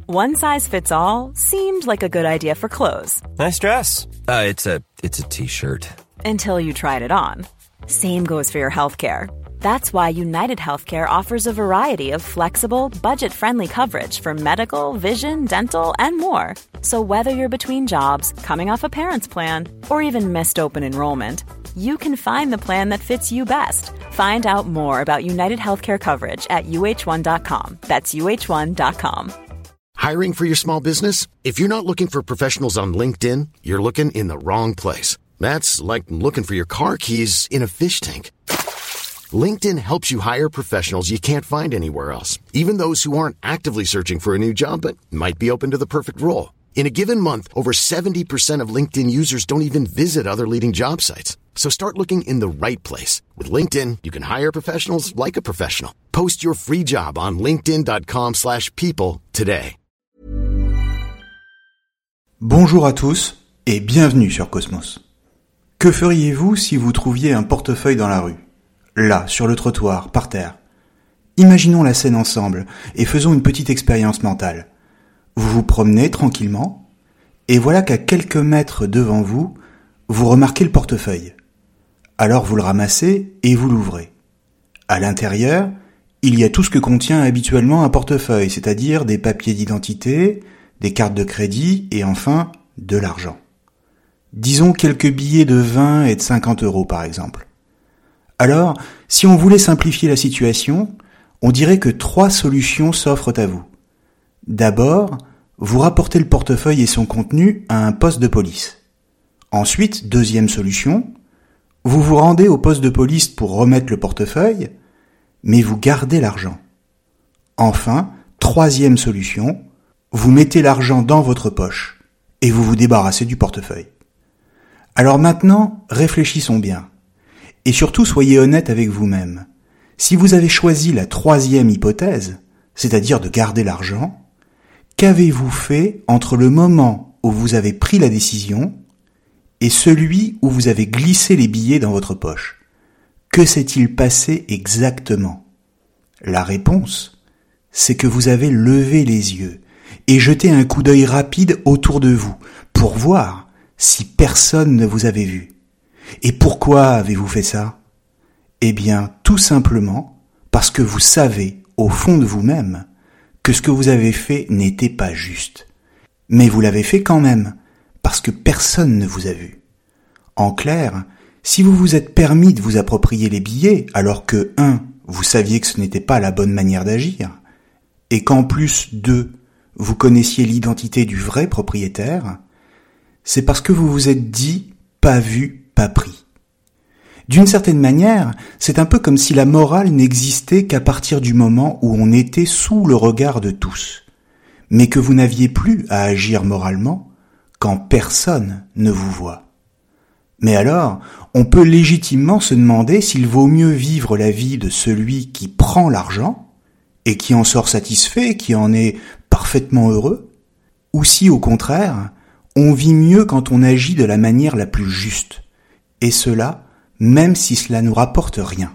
One size fits all seemed like a good idea for clothes. Nice dress. It's a t-shirt. Until you tried it on. Same goes for your healthcare. That's why United Healthcare offers a variety of flexible, budget-friendly coverage for medical, vision, dental, and more. So whether you're between jobs, coming off a parent's plan, or even missed open enrollment, you can find the plan that fits you best. Find out more about United Healthcare coverage at uh1.com. That's uh1.com. Hiring for your small business? If you're not looking for professionals on LinkedIn, you're looking in the wrong place. That's like looking for your car keys in a fish tank. LinkedIn helps you hire professionals you can't find anywhere else, even those who aren't actively searching for a new job but might be open to the perfect role. In a given month, over 70% of LinkedIn users don't even visit other leading job sites. So start looking in the right place. With LinkedIn, you can hire professionals like a professional. Post your free job on linkedin.com/people today. Bonjour à tous et bienvenue sur Cosmos. Que feriez-vous si vous trouviez un portefeuille dans la rue ? Là, sur le trottoir, par terre. Imaginons la scène ensemble et faisons une petite expérience mentale. Vous vous promenez tranquillement et voilà qu'à quelques mètres devant vous, vous remarquez le portefeuille. Alors vous le ramassez et vous l'ouvrez. À l'intérieur, il y a tout ce que contient habituellement un portefeuille, c'est-à-dire des papiers d'identité, des cartes de crédit et enfin de l'argent. Disons quelques billets de 20 et de 50 euros par exemple. Alors, si on voulait simplifier la situation, on dirait que 3 solutions s'offrent à vous. D'abord, vous rapportez le portefeuille et son contenu à un poste de police. Ensuite, deuxième solution, vous vous rendez au poste de police pour remettre le portefeuille, mais vous gardez l'argent. Enfin, troisième solution, vous mettez l'argent dans votre poche et vous vous débarrassez du portefeuille. Alors maintenant, réfléchissons bien. Et surtout, soyez honnête avec vous-même. Si vous avez choisi la troisième hypothèse, c'est-à-dire de garder l'argent, qu'avez-vous fait entre le moment où vous avez pris la décision et celui où vous avez glissé les billets dans votre poche ? Que s'est-il passé exactement ? La réponse, c'est que vous avez levé les yeux et jeté un coup d'œil rapide autour de vous pour voir si personne ne vous avait vu. Et pourquoi avez-vous fait ça ? Eh bien, tout simplement parce que vous savez, au fond de vous-même, que ce que vous avez fait n'était pas juste. Mais vous l'avez fait quand même, parce que personne ne vous a vu. En clair, si vous vous êtes permis de vous approprier les billets, alors que 1. Vous saviez que ce n'était pas la bonne manière d'agir, et qu'en plus 2. Vous connaissiez l'identité du vrai propriétaire, c'est parce que vous vous êtes dit « pas vu, pas pris ». D'une certaine manière, c'est un peu comme si la morale n'existait qu'à partir du moment où on était sous le regard de tous, mais que vous n'aviez plus à agir moralement quand personne ne vous voit. Mais alors, on peut légitimement se demander s'il vaut mieux vivre la vie de celui qui prend l'argent et qui en sort satisfait, qui en est parfaitement heureux, ou si au contraire, on vit mieux quand on agit de la manière la plus juste, et cela même si cela nous rapporte rien.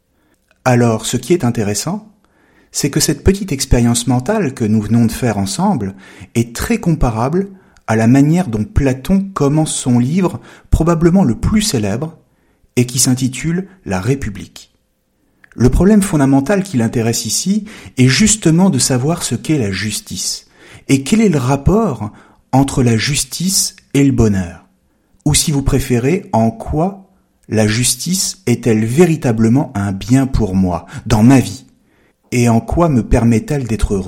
Alors, ce qui est intéressant, c'est que cette petite expérience mentale que nous venons de faire ensemble est très comparable à la manière dont Platon commence son livre, probablement le plus célèbre, et qui s'intitule « La République ». Le problème fondamental qui l'intéresse ici est justement de savoir ce qu'est la justice, et quel est le rapport entre la justice et le bonheur, ou si vous préférez, en quoi la justice est-elle véritablement un bien pour moi, dans ma vie, et en quoi me permet-elle d'être heureux ?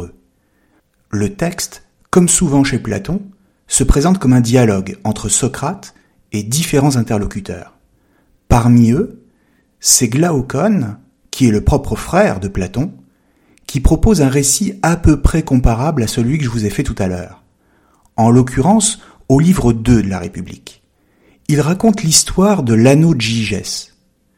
Le texte, comme souvent chez Platon, se présente comme un dialogue entre Socrate et différents interlocuteurs. Parmi eux, c'est Glaucon, qui est le propre frère de Platon, qui propose un récit à peu près comparable à celui que je vous ai fait tout à l'heure, en l'occurrence au livre 2 de la République. Il raconte l'histoire de l'anneau de Gygès.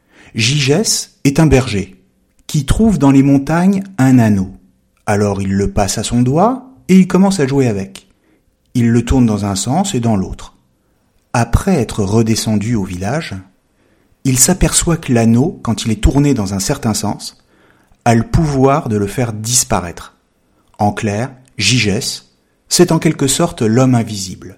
Gygès est un berger qui trouve dans les montagnes un anneau. Alors il le passe à son doigt et il commence à jouer avec. Il le tourne dans un sens et dans l'autre. Après être redescendu au village, il s'aperçoit que l'anneau, quand il est tourné dans un certain sens, a le pouvoir de le faire disparaître. En clair, Gygès, C'est en quelque sorte l'homme invisible.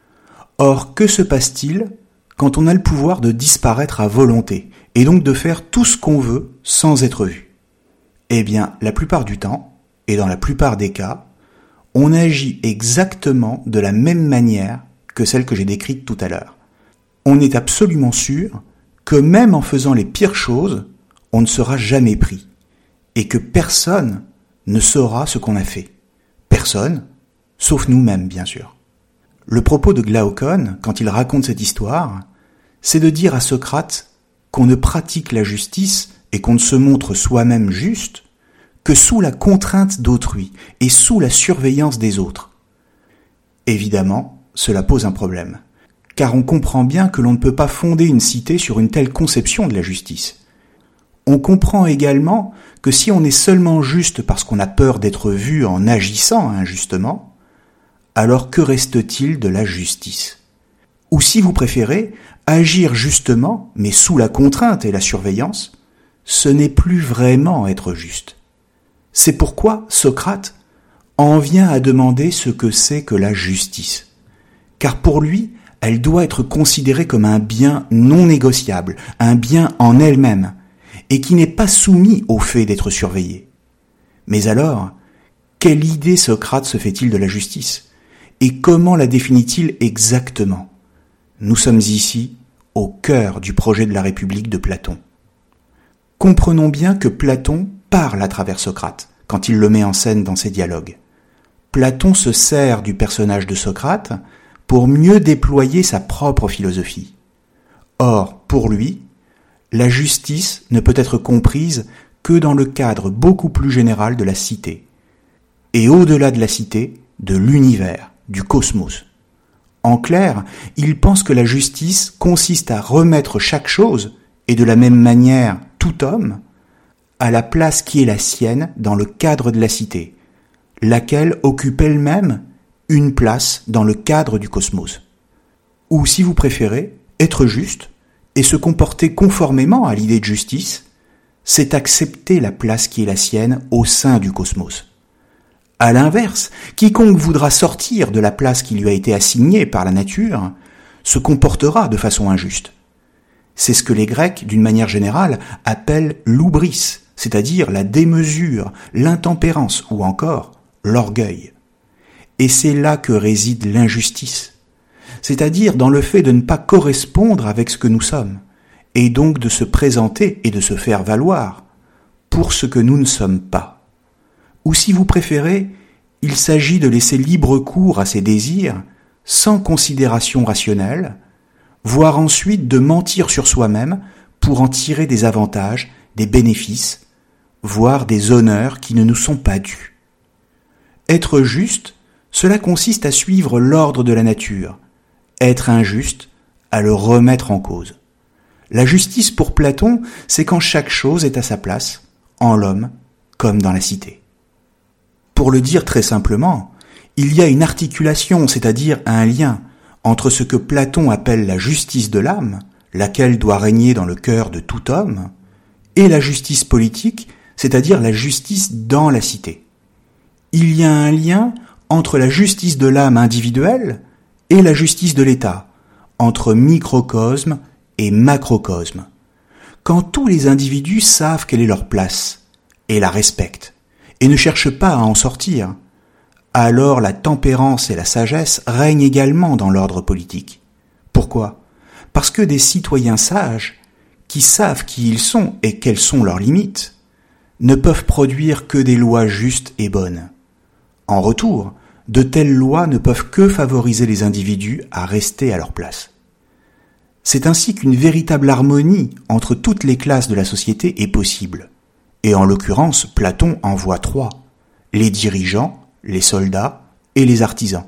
Or, que se passe-t-il quand on a le pouvoir de disparaître à volonté, et donc de faire tout ce qu'on veut sans être vu? Eh bien, la plupart du temps, et dans la plupart des cas, on agit exactement de la même manière que celle que j'ai décrite tout à l'heure. On est absolument sûr que même en faisant les pires choses, on ne sera jamais pris, et que personne ne saura ce qu'on a fait. Personne, sauf nous-mêmes, bien sûr. Le propos de Glaucon, quand il raconte cette histoire, c'est de dire à Socrate qu'on ne pratique la justice et qu'on ne se montre soi-même juste que sous la contrainte d'autrui et sous la surveillance des autres. Évidemment, cela pose un problème, car on comprend bien que l'on ne peut pas fonder une cité sur une telle conception de la justice. On comprend également que si on est seulement juste parce qu'on a peur d'être vu en agissant injustement, alors que reste-t-il de la justice? Ou si vous préférez, agir justement, mais sous la contrainte et la surveillance, ce n'est plus vraiment être juste. C'est pourquoi Socrate en vient à demander ce que c'est que la justice. Car pour lui, elle doit être considérée comme un bien non négociable, un bien en elle-même, et qui n'est pas soumis au fait d'être surveillé. Mais alors, quelle idée Socrate se fait-il de la justice? Et comment la définit-il exactement? Nous sommes ici au cœur du projet de la République de Platon. Comprenons bien que Platon parle à travers Socrate, quand il le met en scène dans ses dialogues. Platon se sert du personnage de Socrate pour mieux déployer sa propre philosophie. Or, pour lui, la justice ne peut être comprise que dans le cadre beaucoup plus général de la cité, et au-delà de la cité, de l'univers, du cosmos. En clair, il pense que la justice consiste à remettre chaque chose, et de la même manière tout homme, à la place qui est la sienne dans le cadre de la cité, laquelle occupe elle-même une place dans le cadre du cosmos. Ou, si vous préférez, être juste et se comporter conformément à l'idée de justice, c'est accepter la place qui est la sienne au sein du cosmos. À l'inverse, quiconque voudra sortir de la place qui lui a été assignée par la nature se comportera de façon injuste. C'est ce que les Grecs, d'une manière générale, appellent l'oubris, c'est-à-dire la démesure, l'intempérance ou encore l'orgueil. Et c'est là que réside l'injustice, c'est-à-dire dans le fait de ne pas correspondre avec ce que nous sommes, et donc de se présenter et de se faire valoir pour ce que nous ne sommes pas. Ou si vous préférez, il s'agit de laisser libre cours à ses désirs sans considération rationnelle, voire ensuite de mentir sur soi-même pour en tirer des avantages, des bénéfices, voire des honneurs qui ne nous sont pas dus. Être juste, cela consiste à suivre l'ordre de la nature. Être injuste, à le remettre en cause. La justice pour Platon, c'est quand chaque chose est à sa place, en l'homme comme dans la cité. Pour le dire très simplement, il y a une articulation, c'est-à-dire un lien, entre ce que Platon appelle la justice de l'âme, laquelle doit régner dans le cœur de tout homme, et la justice politique, c'est-à-dire la justice dans la cité. Il y a un lien entre la justice de l'âme individuelle et la justice de l'État, entre microcosme et macrocosme. Quand tous les individus savent quelle est leur place, et la respectent, et ne cherchent pas à en sortir, alors la tempérance et la sagesse règnent également dans l'ordre politique. Pourquoi? Parce que des citoyens sages, qui savent qui ils sont et quelles sont leurs limites, ne peuvent produire que des lois justes et bonnes. En retour, de telles lois ne peuvent que favoriser les individus à rester à leur place. C'est ainsi qu'une véritable harmonie entre toutes les classes de la société est possible. Et en l'occurrence, Platon en voit trois, les dirigeants, les soldats et les artisans.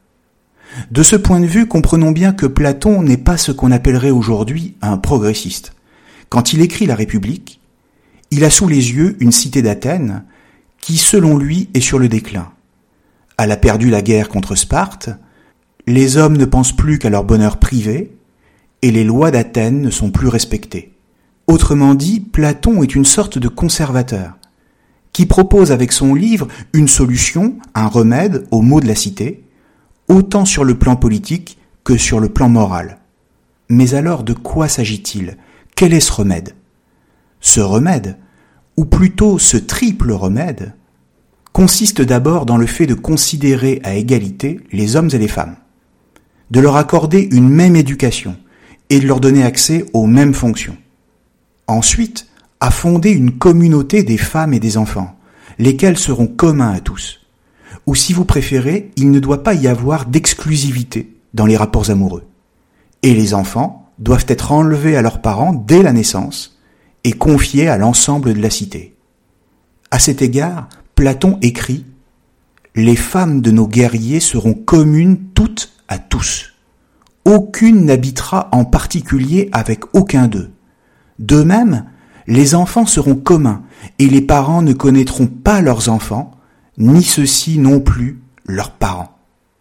De ce point de vue, comprenons bien que Platon n'est pas ce qu'on appellerait aujourd'hui un progressiste. Quand il écrit la République, il a sous les yeux une cité d'Athènes qui, selon lui, est sur le déclin. Elle a perdu la guerre contre Sparte, les hommes ne pensent plus qu'à leur bonheur privé, et les lois d'Athènes ne sont plus respectées. Autrement dit, Platon est une sorte de conservateur, qui propose avec son livre une solution, un remède aux maux de la cité, autant sur le plan politique que sur le plan moral. Mais alors de quoi s'agit-il ? Quel est ce remède ? Ce remède, ou plutôt ce triple remède, consiste d'abord dans le fait de considérer à égalité les hommes et les femmes, de leur accorder une même éducation et de leur donner accès aux mêmes fonctions. Ensuite, à fonder une communauté des femmes et des enfants, lesquels seront communs à tous. Ou si vous préférez, il ne doit pas y avoir d'exclusivité dans les rapports amoureux. Et les enfants doivent être enlevés à leurs parents dès la naissance et confiés à l'ensemble de la cité. À cet égard, Platon écrit « Les femmes de nos guerriers seront communes toutes à tous. Aucune n'habitera en particulier avec aucun d'eux. De même, les enfants seront communs et les parents ne connaîtront pas leurs enfants, ni ceux-ci non plus leurs parents. »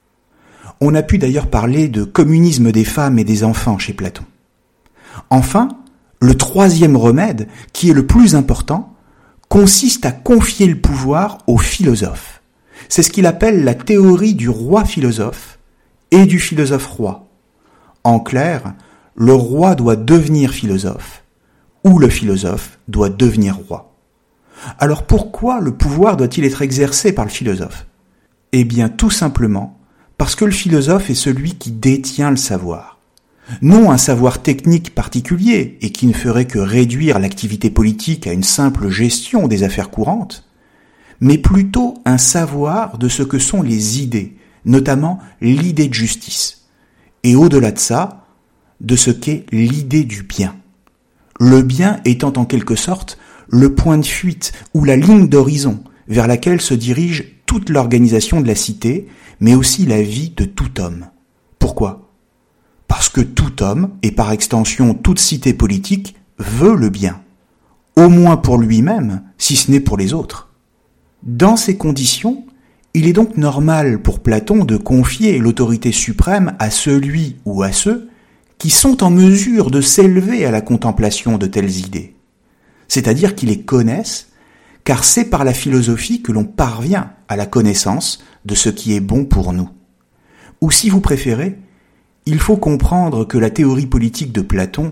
On a pu d'ailleurs parler de communisme des femmes et des enfants chez Platon. Enfin, le troisième remède, qui est le plus important, consiste à confier le pouvoir aux philosophes. C'est ce qu'il appelle la théorie du roi philosophe et du philosophe roi. En clair, le roi doit devenir philosophe ou le philosophe doit devenir roi. Alors pourquoi le pouvoir doit-il être exercé par le philosophe ? Eh bien tout simplement parce que le philosophe est celui qui détient le savoir. Non un savoir technique particulier et qui ne ferait que réduire l'activité politique à une simple gestion des affaires courantes, mais plutôt un savoir de ce que sont les idées, notamment l'idée de justice, et au-delà de ça, de ce qu'est l'idée du bien. Le bien étant en quelque sorte le point de fuite ou la ligne d'horizon vers laquelle se dirige toute l'organisation de la cité, mais aussi la vie de tout homme. Pourquoi ? Parce que tout homme, et par extension toute cité politique, veut le bien, au moins pour lui-même, si ce n'est pour les autres. Dans ces conditions, il est donc normal pour Platon de confier l'autorité suprême à celui ou à ceux qui sont en mesure de s'élever à la contemplation de telles idées. C'est-à-dire qui les connaissent, car c'est par la philosophie que l'on parvient à la connaissance de ce qui est bon pour nous. Ou si vous préférez, il faut comprendre que la théorie politique de Platon.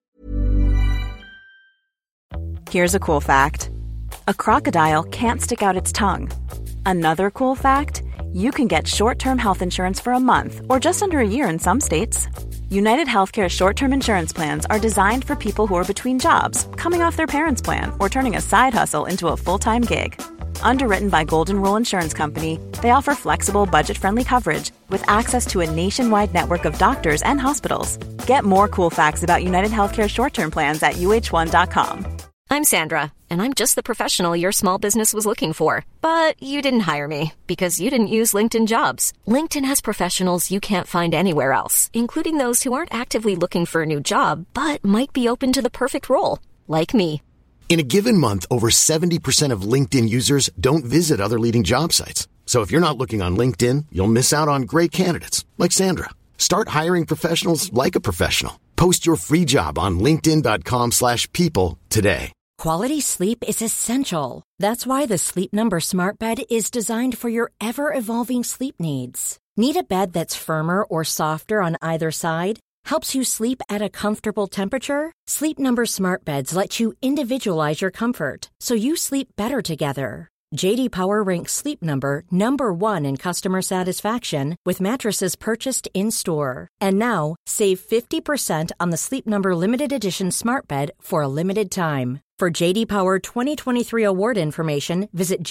Here's a cool fact. A crocodile can't stick out its tongue. Another cool fact, you can get short-term health insurance for a month or just under a year in some states. United Healthcare short-term insurance plans are designed for people who are between jobs, coming off their parents' plan, or turning a side hustle into a full-time gig. Underwritten by Golden Rule Insurance Company, they offer flexible, budget-friendly coverage with access to a nationwide network of doctors and hospitals. Get more cool facts about United Healthcare short-term plans at uh1.com. I'm Sandra, and I'm just the professional your small business was looking for. But you didn't hire me because you didn't use LinkedIn Jobs. LinkedIn has professionals you can't find anywhere else, including those who aren't actively looking for a new job, but might be open to the perfect role, like me. In a given month, over 70% of LinkedIn users don't visit other leading job sites. So if you're not looking on LinkedIn, you'll miss out on great candidates like Sandra. Start hiring professionals like a professional. Post your free job on linkedin.com/people today. Quality sleep is essential. That's why the Sleep Number Smart Bed is designed for your ever-evolving sleep needs. Need a bed that's firmer or softer on either side? Helps you sleep at a comfortable temperature? Sleep Number Smart Beds let you individualize your comfort, so you sleep better together. J.D. Power ranks Sleep Number number 1 in customer satisfaction with mattresses purchased in-store. And now, save 50% on the Sleep Number Limited Edition Smart Bed for a limited time. For J.D. Power 2023 award information, visit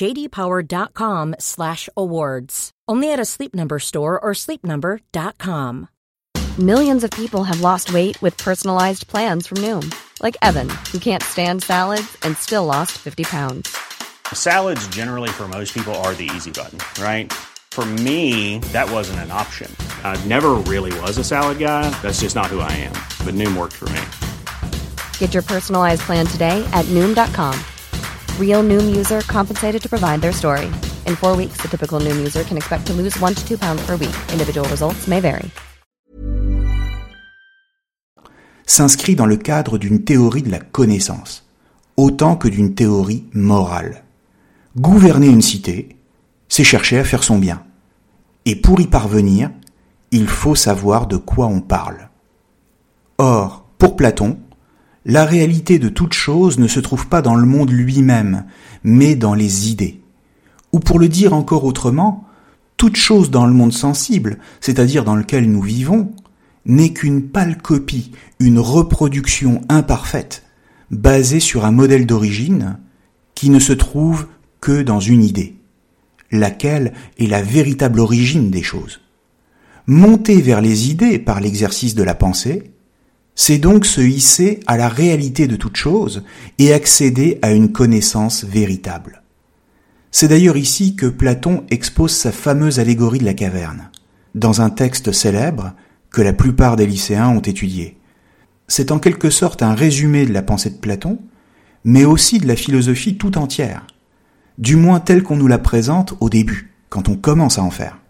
jdpower.com/awards. Only at a Sleep Number store or sleepnumber.com. Millions of people have lost weight with personalized plans from Noom. Like Evan, who can't stand salads and still lost 50 pounds. Salads generally for most people are the easy button, right? For me, that wasn't an option. I never really was a salad guy. That's just not who I am. But Noom worked for me. Get your personalized plan today at Noom.com. Real Noom user compensated to provide their story. In 4 weeks, the typical Noom user can expect to lose 1 to 2 pounds per week. Individual results may vary. S'inscrit dans le cadre d'une théorie de la connaissance, autant que d'une théorie morale. Gouverner une cité, c'est chercher à faire son bien. Et pour y parvenir, il faut savoir de quoi on parle. Or, pour Platon, la réalité de toute chose ne se trouve pas dans le monde lui-même, mais dans les idées. Ou pour le dire encore autrement, toute chose dans le monde sensible, c'est-à-dire dans lequel nous vivons, n'est qu'une pâle copie, une reproduction imparfaite, basée sur un modèle d'origine qui ne se trouve que dans une idée, laquelle est la véritable origine des choses. Monter vers les idées par l'exercice de la pensée, c'est donc se hisser à la réalité de toute chose et accéder à une connaissance véritable. C'est d'ailleurs ici que Platon expose sa fameuse allégorie de la caverne, dans un texte célèbre que la plupart des lycéens ont étudié. C'est en quelque sorte un résumé de la pensée de Platon, mais aussi de la philosophie tout entière, du moins telle qu'on nous la présente au début, quand on commence à en faire.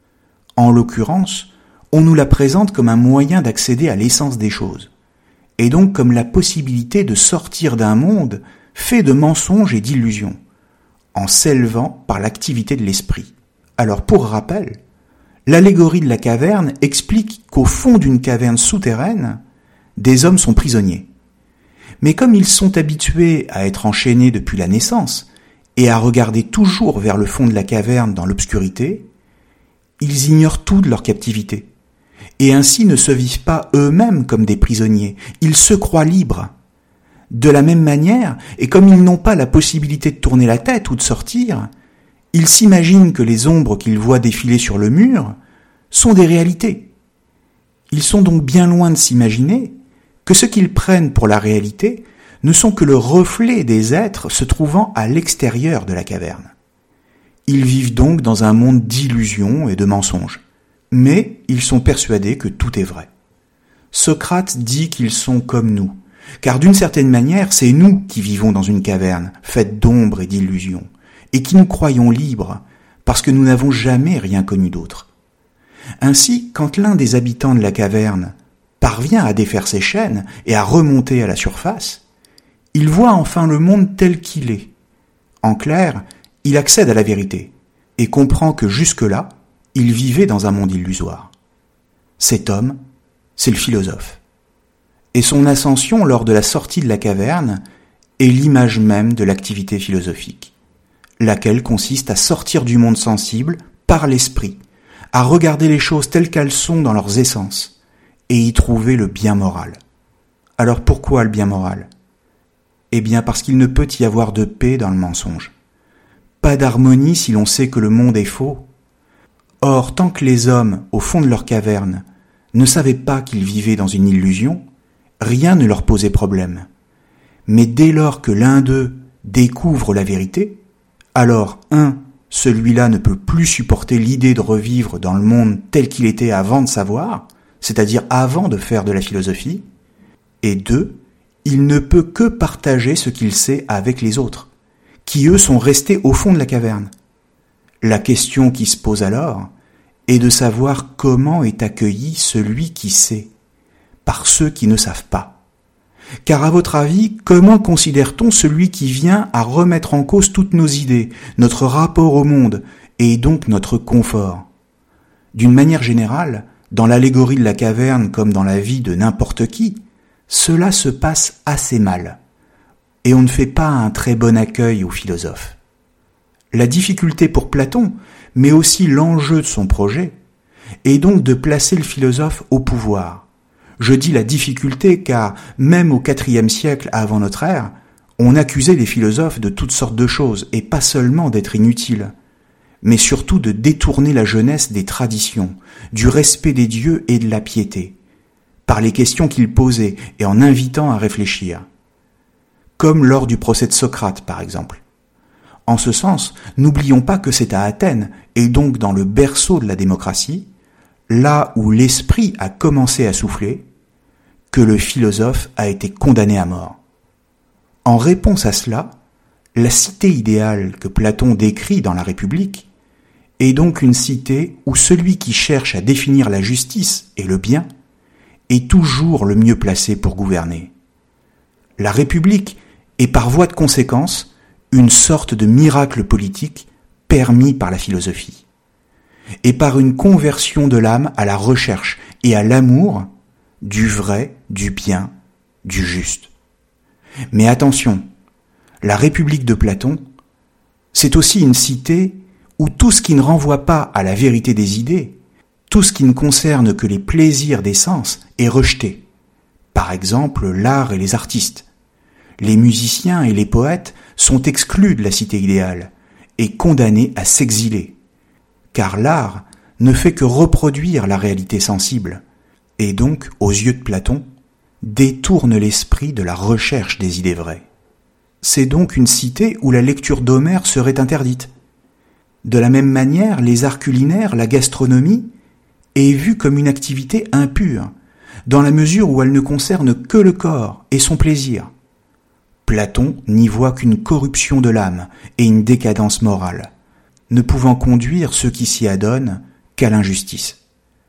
En l'occurrence, on nous la présente comme un moyen d'accéder à l'essence des choses, et donc comme la possibilité de sortir d'un monde fait de mensonges et d'illusions, en s'élevant par l'activité de l'esprit. Alors pour rappel, l'allégorie de la caverne explique qu'au fond d'une caverne souterraine, des hommes sont prisonniers. Mais comme ils sont habitués à être enchaînés depuis la naissance et à regarder toujours vers le fond de la caverne dans l'obscurité, ils ignorent tout de leur captivité, et ainsi ne se vivent pas eux-mêmes comme des prisonniers, ils se croient libres. De la même manière, et comme ils n'ont pas la possibilité de tourner la tête ou de sortir, ils s'imaginent que les ombres qu'ils voient défiler sur le mur sont des réalités. Ils sont donc bien loin de s'imaginer que ce qu'ils prennent pour la réalité ne sont que le reflet des êtres se trouvant à l'extérieur de la caverne. Ils vivent donc dans un monde d'illusions et de mensonges, mais ils sont persuadés que tout est vrai. Socrate dit qu'ils sont comme nous, car d'une certaine manière, c'est nous qui vivons dans une caverne faite d'ombres et d'illusions, et qui nous croyons libres, parce que nous n'avons jamais rien connu d'autre. Ainsi, quand l'un des habitants de la caverne parvient à défaire ses chaînes et à remonter à la surface, il voit enfin le monde tel qu'il est. En clair, il accède à la vérité, et comprend que jusque-là, il vivait dans un monde illusoire. Cet homme, c'est le philosophe. Et son ascension lors de la sortie de la caverne est l'image même de l'activité philosophique, laquelle consiste à sortir du monde sensible par l'esprit, à regarder les choses telles qu'elles sont dans leurs essences, et y trouver le bien moral. Alors pourquoi le bien moral ? Eh bien parce qu'il ne peut y avoir de paix dans le mensonge. Pas d'harmonie si l'on sait que le monde est faux. Or, tant que les hommes, au fond de leur caverne, ne savaient pas qu'ils vivaient dans une illusion, rien ne leur posait problème. Mais dès lors que l'un d'eux découvre la vérité, alors celui-là ne peut plus supporter l'idée de revivre dans le monde tel qu'il était avant de savoir, c'est-à-dire avant de faire de la philosophie, et 2, il ne peut que partager ce qu'il sait avec les autres, qui eux sont restés au fond de la caverne. La question qui se pose alors est de savoir comment est accueilli celui qui sait, par ceux qui ne savent pas. Car à votre avis, comment considère-t-on celui qui vient à remettre en cause toutes nos idées, notre rapport au monde, et donc notre confort ? D'une manière générale, dans l'allégorie de la caverne comme dans la vie de n'importe qui, cela se passe assez mal, et on ne fait pas un très bon accueil aux philosophes. La difficulté pour Platon, mais aussi l'enjeu de son projet, est donc de placer le philosophe au pouvoir. Je dis la difficulté car, même au IVe siècle avant notre ère, on accusait les philosophes de toutes sortes de choses, et pas seulement d'être inutiles, mais surtout de détourner la jeunesse des traditions, du respect des dieux et de la piété, par les questions qu'ils posaient et en invitant à réfléchir. Comme lors du procès de Socrate, par exemple. En ce sens, n'oublions pas que c'est à Athènes, et donc dans le berceau de la démocratie, là où l'esprit a commencé à souffler, que le philosophe a été condamné à mort. En réponse à cela, la cité idéale que Platon décrit dans la République est donc une cité où celui qui cherche à définir la justice et le bien est toujours le mieux placé pour gouverner. La République est par voie de conséquence une sorte de miracle politique permis par la philosophie. et par une conversion de l'âme à la recherche et à l'amour du vrai, du bien, du juste. Mais attention, la République de Platon, c'est aussi une cité où tout ce qui ne renvoie pas à la vérité des idées, tout ce qui ne concerne que les plaisirs des sens est rejeté. Par exemple, l'art et les artistes. Les musiciens et les poètes sont exclus de la cité idéale et condamnés à s'exiler. Car l'art ne fait que reproduire la réalité sensible, et donc, aux yeux de Platon, détourne l'esprit de la recherche des idées vraies. C'est donc une cité où la lecture d'Homère serait interdite. De la même manière, les arts culinaires, la gastronomie, est vue comme une activité impure, dans la mesure où elle ne concerne que le corps et son plaisir. Platon n'y voit qu'une corruption de l'âme et une décadence morale, ne pouvant conduire ceux qui s'y adonnent qu'à l'injustice.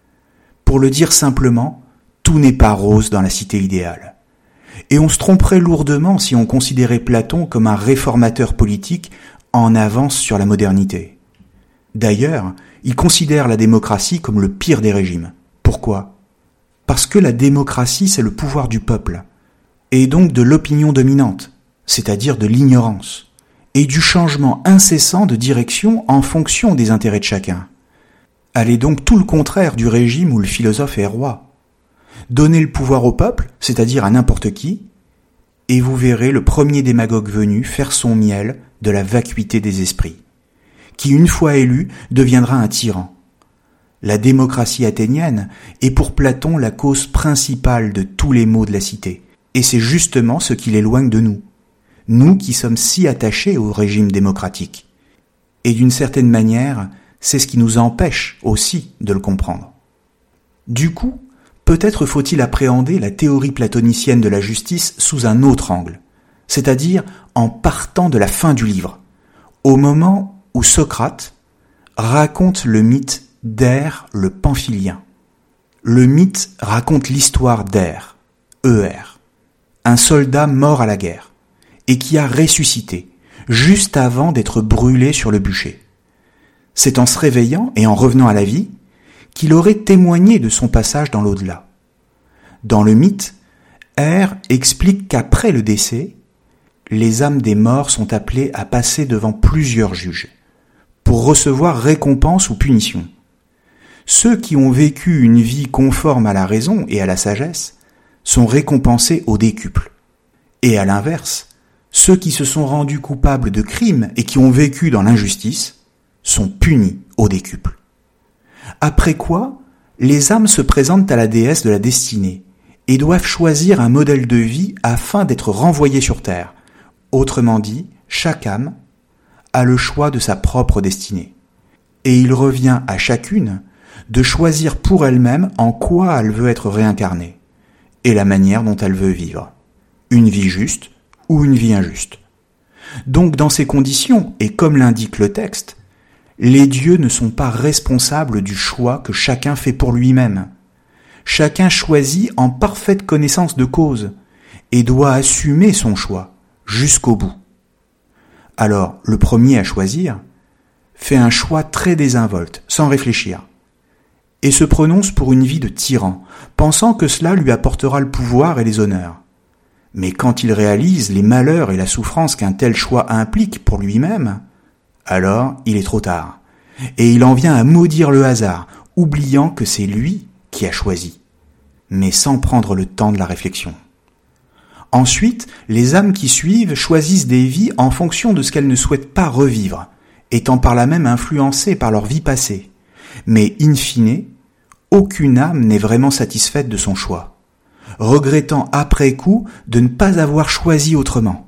Pour le dire simplement, tout n'est pas rose dans la cité idéale. Et on se tromperait lourdement si on considérait Platon comme un réformateur politique en avance sur la modernité. D'ailleurs, il considère la démocratie comme le pire des régimes. Pourquoi ? Parce que la démocratie, c'est le pouvoir du peuple, et donc de l'opinion dominante, c'est-à-dire de l'ignorance, et du changement incessant de direction en fonction des intérêts de chacun. Elle est donc tout le contraire du régime où le philosophe est roi. Donnez le pouvoir au peuple, c'est-à-dire à n'importe qui, et vous verrez le premier démagogue venu faire son miel de la vacuité des esprits, qui une fois élu deviendra un tyran. La démocratie athénienne est pour Platon la cause principale de tous les maux de la cité, et c'est justement ce qui l'éloigne de nous, nous qui sommes si attachés au régime démocratique. Et d'une certaine manière, c'est ce qui nous empêche aussi de le comprendre. Du coup, peut-être faut-il appréhender la théorie platonicienne de la justice sous un autre angle, c'est-à-dire en partant de la fin du livre, au moment où Socrate raconte le mythe d'Her le Pamphilien. Le mythe raconte l'histoire d'Her, E-R, un soldat mort à la guerre, et qui a ressuscité, juste avant d'être brûlé sur le bûcher. C'est en se réveillant et en revenant à la vie qu'il aurait témoigné de son passage dans l'au-delà. Dans le mythe, Her explique qu'après le décès, les âmes des morts sont appelées à passer devant plusieurs juges, pour recevoir récompense ou punition. Ceux qui ont vécu une vie conforme à la raison et à la sagesse sont récompensés au décuple. Et à l'inverse, ceux qui se sont rendus coupables de crimes et qui ont vécu dans l'injustice sont punis au décuple. Après quoi, les âmes se présentent à la déesse de la destinée et doivent choisir un modèle de vie afin d'être renvoyées sur terre. Autrement dit, chaque âme a le choix de sa propre destinée. Et il revient à chacune de choisir pour elle-même en quoi elle veut être réincarnée et la manière dont elle veut vivre. Une vie juste ou une vie injuste. Donc dans ces conditions, et comme l'indique le texte, les dieux ne sont pas responsables du choix que chacun fait pour lui-même. Chacun choisit en parfaite connaissance de cause et doit assumer son choix jusqu'au bout. Alors, le premier à choisir fait un choix très désinvolte, sans réfléchir, et se prononce pour une vie de tyran, pensant que cela lui apportera le pouvoir et les honneurs. Mais quand il réalise les malheurs et la souffrance qu'un tel choix implique pour lui-même, alors il est trop tard, et il en vient à maudire le hasard, oubliant que c'est lui qui a choisi, mais sans prendre le temps de la réflexion. Ensuite, les âmes qui suivent choisissent des vies en fonction de ce qu'elles ne souhaitent pas revivre, étant par là même influencées par leur vie passée. Mais in fine, aucune âme n'est vraiment satisfaite de son choix, regrettant après coup de ne pas avoir choisi autrement.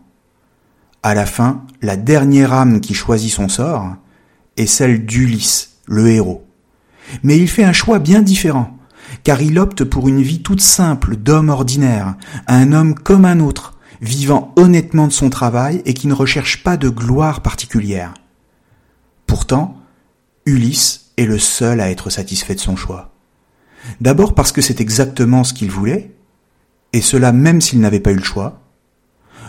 À la fin, la dernière âme qui choisit son sort est celle d'Ulysse, le héros. Mais il fait un choix bien différent, car il opte pour une vie toute simple d'homme ordinaire, un homme comme un autre, vivant honnêtement de son travail et qui ne recherche pas de gloire particulière. Pourtant, Ulysse est le seul à être satisfait de son choix. D'abord parce que c'est exactement ce qu'il voulait, et cela même s'il n'avait pas eu le choix.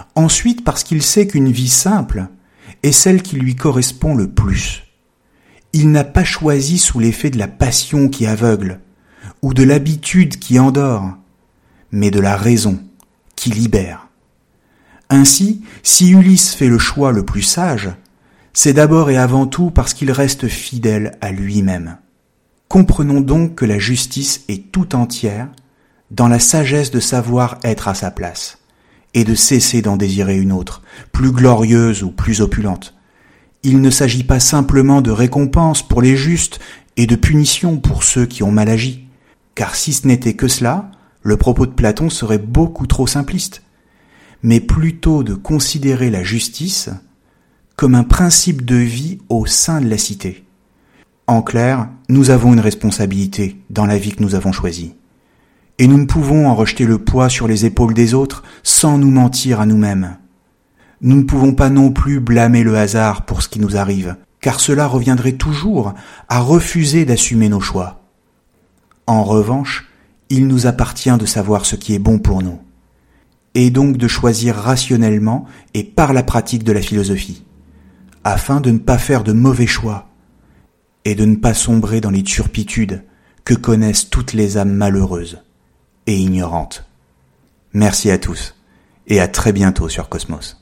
Ensuite parce qu'il sait qu'une vie simple est celle qui lui correspond le plus, Il n'a pas choisi sous l'effet de la passion qui aveugle, ou de l'habitude qui endort, mais de la raison qui libère. Ainsi, si Ulysse fait le choix le plus sage, c'est d'abord et avant tout parce qu'il reste fidèle à lui-même. Comprenons donc que la justice est tout entière dans la sagesse de savoir être à sa place, et de cesser d'en désirer une autre, plus glorieuse ou plus opulente. Il ne s'agit pas simplement de récompense pour les justes et de punition pour ceux qui ont mal agi, car si ce n'était que cela, le propos de Platon serait beaucoup trop simpliste, mais plutôt de considérer la justice comme un principe de vie au sein de la cité. En clair, nous avons une responsabilité dans la vie que nous avons choisie. Et nous ne pouvons en rejeter le poids sur les épaules des autres sans nous mentir à nous-mêmes. Nous ne pouvons pas non plus blâmer le hasard pour ce qui nous arrive, car cela reviendrait toujours à refuser d'assumer nos choix. En revanche, il nous appartient de savoir ce qui est bon pour nous, et donc de choisir rationnellement et par la pratique de la philosophie, afin de ne pas faire de mauvais choix, et de ne pas sombrer dans les turpitudes que connaissent toutes les âmes malheureuses et ignorantes. Merci à tous, et à très bientôt sur Cosmos.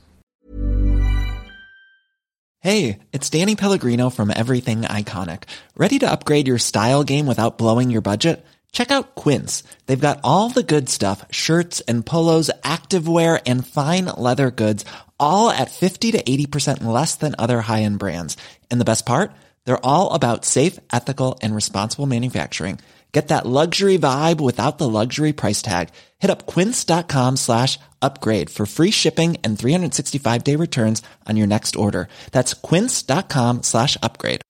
Hey, it's Danny Pellegrino from Everything Iconic. Ready to upgrade your style game without blowing your budget? Check out Quince. They've got all the good stuff, shirts and polos, activewear, and fine leather goods, all at 50 to 80% less than other high-end brands. And the best part? They're all about safe, ethical, and responsible manufacturing. Get that luxury vibe without the luxury price tag. Hit up quince.com/upgrade for free shipping and 365-day returns on your next order. That's quince.com/upgrade.